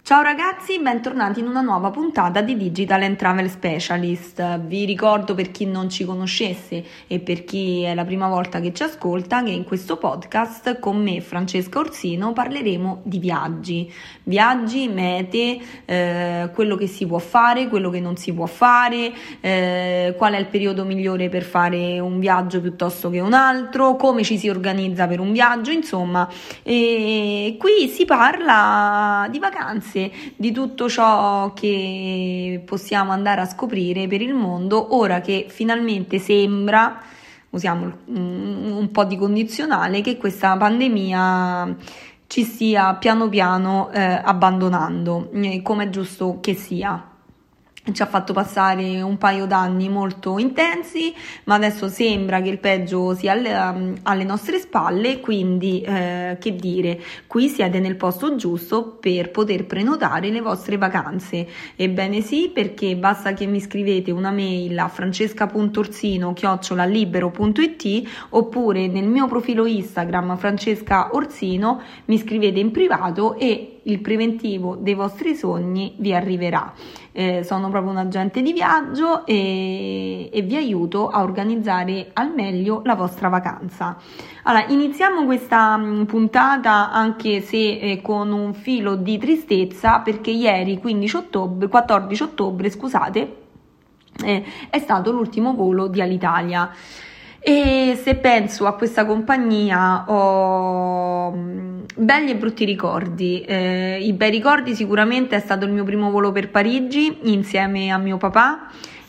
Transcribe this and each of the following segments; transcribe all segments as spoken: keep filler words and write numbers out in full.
Ciao ragazzi, bentornati in una nuova puntata di Digital and Travel Specialist. Vi ricordo, per chi non ci conoscesse e per chi è la prima volta che ci ascolta, che in questo podcast con me, Francesca Orsino, parleremo di viaggi, viaggi, mete, eh, quello che si può fare, quello che non si può fare, eh, qual è il periodo migliore per fare un viaggio piuttosto che un altro, come ci si organizza per un viaggio, insomma, e qui si parla di vacanze, di tutto ciò che possiamo andare a scoprire per il mondo ora che finalmente sembra, usiamo un po' di condizionale, che questa pandemia ci stia piano piano eh, abbandonando, eh, come è giusto che sia. Ci ha fatto passare un paio d'anni molto intensi, ma adesso sembra che il peggio sia alle, alle nostre spalle, quindi eh, che dire, qui siete nel posto giusto per poter prenotare le vostre vacanze. Ebbene sì, perché basta che mi scrivete una mail a francesca punto orsino chiocciola libero punto it oppure nel mio profilo Instagram Francesca Orsino mi scrivete in privato e il preventivo dei vostri sogni vi arriverà. Eh, sono proprio un agente di viaggio e, e vi aiuto a organizzare al meglio la vostra vacanza. Allora, iniziamo questa mh, puntata anche se eh, con un filo di tristezza, perché ieri quindici ottobre, quattordici ottobre, scusate, eh, è stato l'ultimo volo di Alitalia. E se penso a questa compagnia ho belli e brutti ricordi. Eh, i bei ricordi sicuramente è stato il mio primo volo per Parigi insieme a mio papà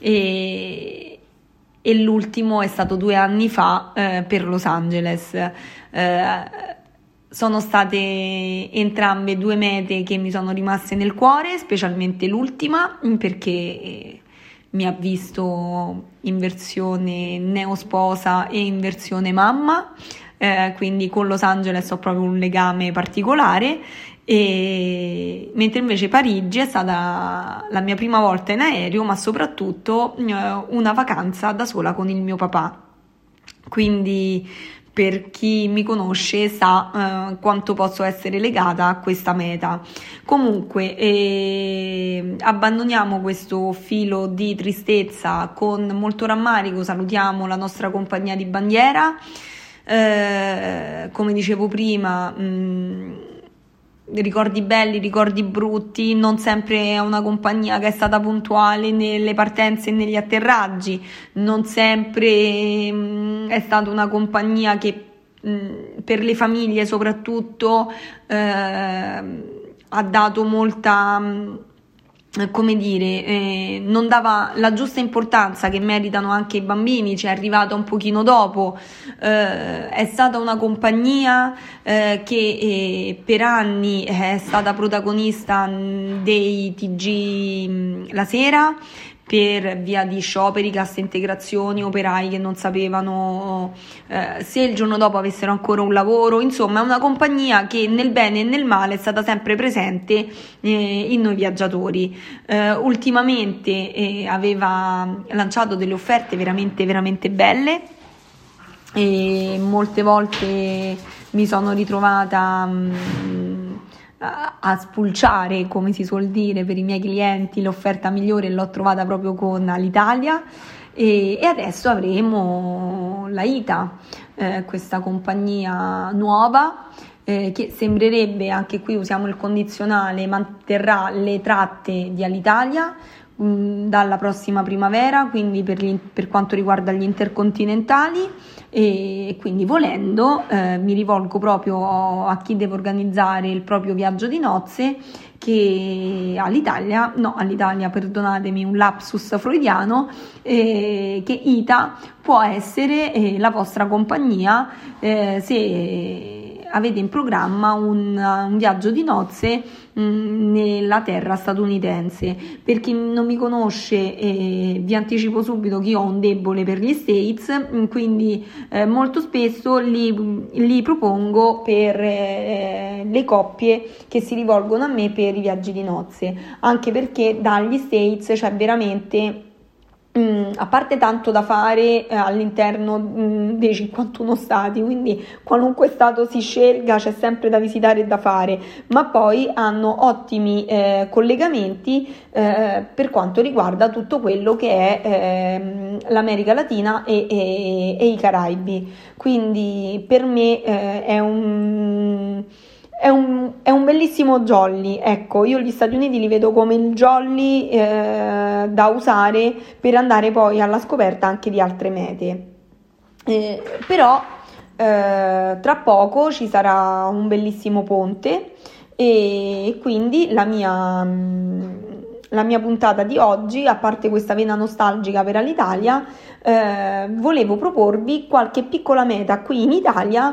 e, e l'ultimo è stato due anni fa eh, per Los Angeles. Eh, sono state entrambe due mete che mi sono rimaste nel cuore, specialmente l'ultima perché mi ha visto in versione neosposa e in versione mamma, eh, quindi con Los Angeles ho proprio un legame particolare, e mentre invece Parigi è stata la mia prima volta in aereo, ma soprattutto eh, una vacanza da sola con il mio papà. Quindi per chi mi conosce sa eh, quanto posso essere legata a questa meta. Comunque eh, abbandoniamo questo filo di tristezza con molto rammarico, salutiamo la nostra compagnia di bandiera. Eh, come dicevo prima, mh, ricordi belli, ricordi brutti, non sempre è una compagnia che è stata puntuale nelle partenze e negli atterraggi, non sempre mh, è stata una compagnia che mh, per le famiglie soprattutto eh, ha dato molta, mh, come dire, eh, non dava la giusta importanza che meritano anche i bambini, ci è arrivata un pochino dopo. Eh, è stata una compagnia eh, che eh, per anni è stata protagonista dei T G la sera per via di scioperi, cassa integrazioni, operai che non sapevano eh, se il giorno dopo avessero ancora un lavoro. Insomma, è una compagnia che nel bene e nel male è stata sempre presente eh, in noi viaggiatori. Eh, ultimamente eh, aveva lanciato delle offerte veramente veramente belle e molte volte mi sono ritrovata mh, a spulciare, come si suol dire, per i miei clienti l'offerta migliore, l'ho trovata proprio con Alitalia e, e adesso avremo la I T A, eh, questa compagnia nuova eh, che sembrerebbe, anche qui usiamo il condizionale, manterrà le tratte di Alitalia mh, dalla prossima primavera, quindi per, gli, per quanto riguarda gli intercontinentali. E quindi volendo eh, mi rivolgo proprio a chi deve organizzare il proprio viaggio di nozze, che all'Italia, no all'Italia perdonatemi, un lapsus freudiano, eh, che I T A può essere eh, la vostra compagnia eh, se avete in programma un, un viaggio di nozze mh, nella terra statunitense. Per chi non mi conosce eh, vi anticipo subito che io ho un debole per gli States, mh, quindi eh, molto spesso li, li propongo per eh, le coppie che si rivolgono a me per i viaggi di nozze, anche perché dagli States c'è veramente Mm, a parte tanto da fare eh, all'interno mm, dei cinquantuno stati, quindi qualunque stato si scelga c'è sempre da visitare e da fare, ma poi hanno ottimi eh, collegamenti eh, per quanto riguarda tutto quello che è eh, l'America Latina e, e, e i Caraibi. Quindi per me eh, è un È un, è un bellissimo jolly, ecco, io gli Stati Uniti li vedo come il jolly eh, da usare per andare poi alla scoperta anche di altre mete. Eh, però eh, tra poco ci sarà un bellissimo ponte e quindi la mia, la mia puntata di oggi, a parte questa vena nostalgica per l'Italia, eh, volevo proporvi qualche piccola meta qui in Italia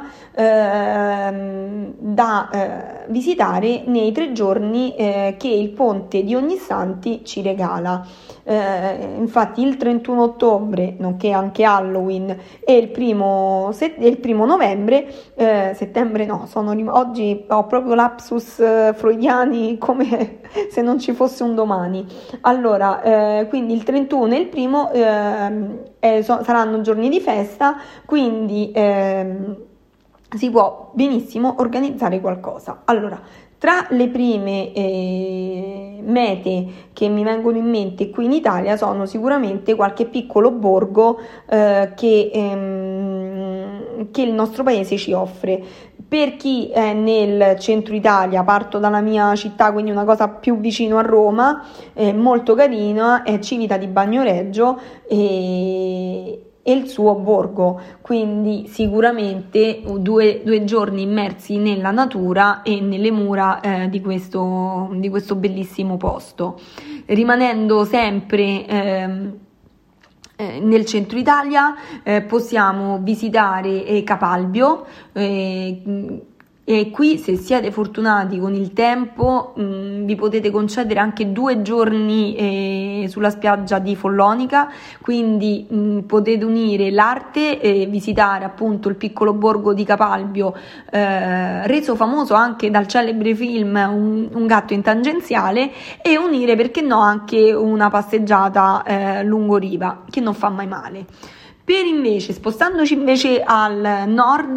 eh, da eh, visitare nei tre giorni eh, che il ponte di Ognissanti ci regala. Eh, infatti il trentuno ottobre, nonché anche Halloween, e il primo, set- il primo novembre, eh, settembre no, sono rim- oggi ho proprio lapsus eh, freudiani come se non ci fosse un domani. Allora, eh, quindi il trentuno e il primo eh, eh, so- saranno giorni di festa, quindi ehm, si può benissimo organizzare qualcosa. Allora, tra le prime eh, mete che mi vengono in mente qui in Italia sono sicuramente qualche piccolo borgo eh, che, ehm, che il nostro paese ci offre. Per chi è nel centro Italia, parto dalla mia città, quindi una cosa più vicino a Roma, eh, molto carina, è Civita di Bagnoregio e, e il suo borgo, quindi sicuramente due, due giorni immersi nella natura e nelle mura eh, di, questo, di questo bellissimo posto. Rimanendo sempre ehm, eh, nel centro Italia eh, possiamo visitare eh, Capalbio, eh, e qui, se siete fortunati con il tempo, mh, vi potete concedere anche due giorni eh, sulla spiaggia di Follonica, quindi mh, potete unire l'arte e visitare appunto il piccolo borgo di Capalbio, eh, reso famoso anche dal celebre film Un, un gatto in tangenziale, e unire, perché no, anche una passeggiata eh, lungo riva, che non fa mai male. Per invece, spostandoci invece al nord,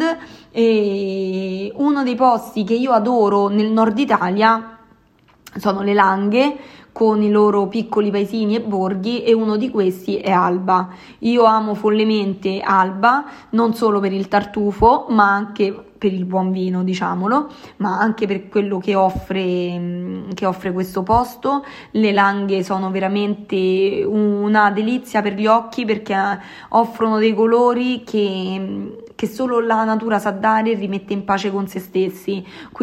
eh, uno dei posti che io adoro nel nord Italia sono le Langhe, con i loro piccoli paesini e borghi, e uno di questi è Alba. Io amo follemente Alba, non solo per il tartufo, ma anche per il buon vino, diciamolo, ma anche per quello che offre, che offre questo posto. Le Langhe sono veramente una delizia per gli occhi, perché offrono dei colori che, che solo la natura sa dare e rimette in pace con se stessi.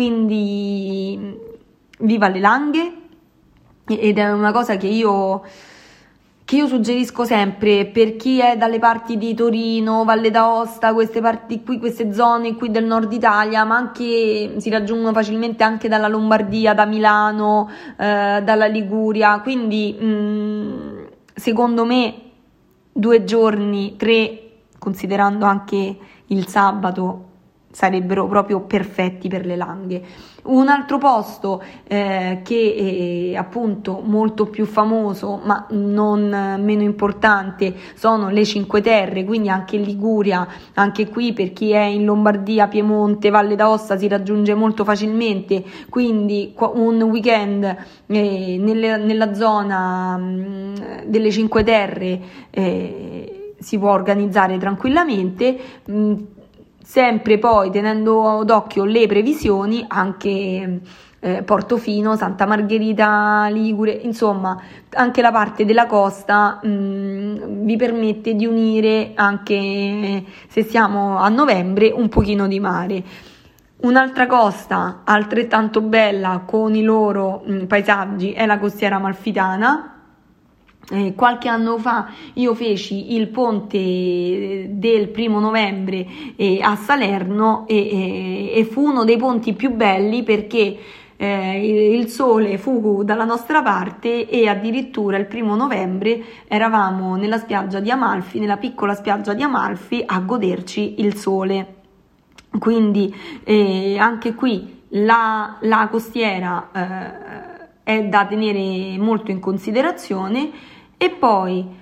Quindi viva le Langhe, ed è una cosa che io che io suggerisco sempre per chi è dalle parti di Torino, Valle d'Aosta, queste parti qui, queste zone qui del nord Italia, ma anche si raggiungono facilmente anche dalla Lombardia, da Milano, eh, dalla Liguria. Quindi mh, secondo me due giorni, tre, considerando anche il sabato, sarebbero proprio perfetti per le Langhe. Un altro posto eh, che è appunto molto più famoso, ma non meno importante, sono le Cinque Terre, quindi anche in Liguria. Anche qui, per chi è in Lombardia, Piemonte, Valle d'Aosta, si raggiunge molto facilmente, quindi un weekend eh, nelle, nella zona mh, delle Cinque Terre eh, si può organizzare tranquillamente. Mh, Sempre poi tenendo d'occhio le previsioni, anche eh, Portofino, Santa Margherita Ligure, insomma anche la parte della costa mh, vi permette di unire, anche se siamo a novembre, un pochino di mare. Un'altra costa altrettanto bella con i loro mh, paesaggi è la costiera amalfitana. Eh, qualche anno fa io feci il ponte del primo novembre eh, a Salerno e, e, e fu uno dei ponti più belli, perché eh, il sole fu dalla nostra parte e addirittura il primo novembre eravamo nella spiaggia di Amalfi, nella piccola spiaggia di Amalfi, a goderci il sole. Quindi eh, anche qui la, la costiera eh, è da tenere molto in considerazione. E poi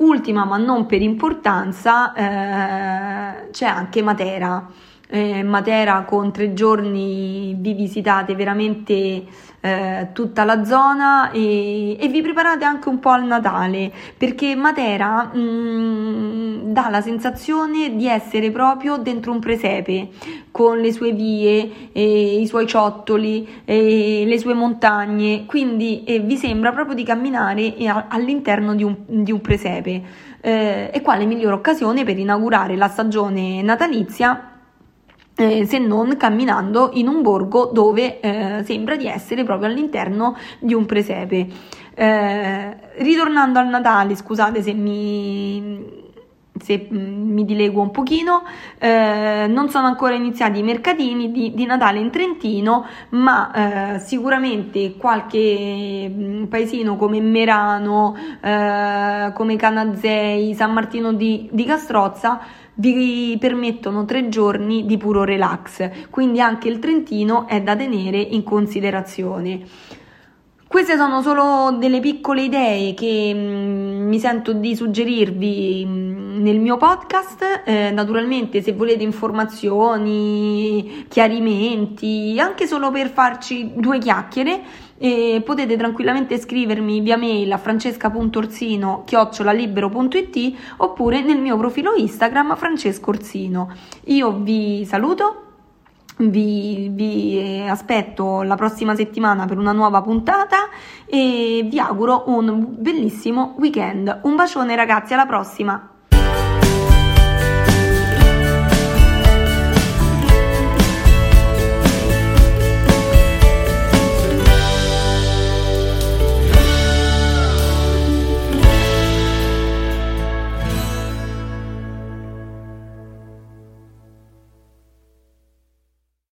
Ultima ma non per importanza, eh, c'è anche Matera. Eh, Matera con tre giorni vi visitate veramente eh, tutta la zona e, e vi preparate anche un po' al Natale, perché Matera mh, dà la sensazione di essere proprio dentro un presepe, con le sue vie, e i suoi ciottoli, e le sue montagne, quindi eh, vi sembra proprio di camminare all'interno di un, di un presepe. Eh, e quale migliore occasione per inaugurare la stagione natalizia Eh, se non camminando in un borgo dove eh, sembra di essere proprio all'interno di un presepe. Eh, ritornando al Natale, scusate se mi, se mi dileguo un pochino, eh, non sono ancora iniziati i mercatini di, di Natale in Trentino, ma eh, sicuramente qualche paesino come Merano, eh, come Canazei, San Martino di, di Castrozza vi permettono tre giorni di puro relax, quindi anche il Trentino è da tenere in considerazione. Queste sono solo delle piccole idee che mh, mi sento di suggerirvi mh, nel mio podcast. Eh, naturalmente, se volete informazioni, chiarimenti, anche solo per farci due chiacchiere, eh, potete tranquillamente scrivermi via mail a francesca punto orsino chiocciola libero punto it oppure nel mio profilo Instagram Francesco Orsino. Io vi saluto. Vi, vi aspetto la prossima settimana per una nuova puntata e vi auguro un bellissimo weekend. Un bacione ragazzi, alla prossima!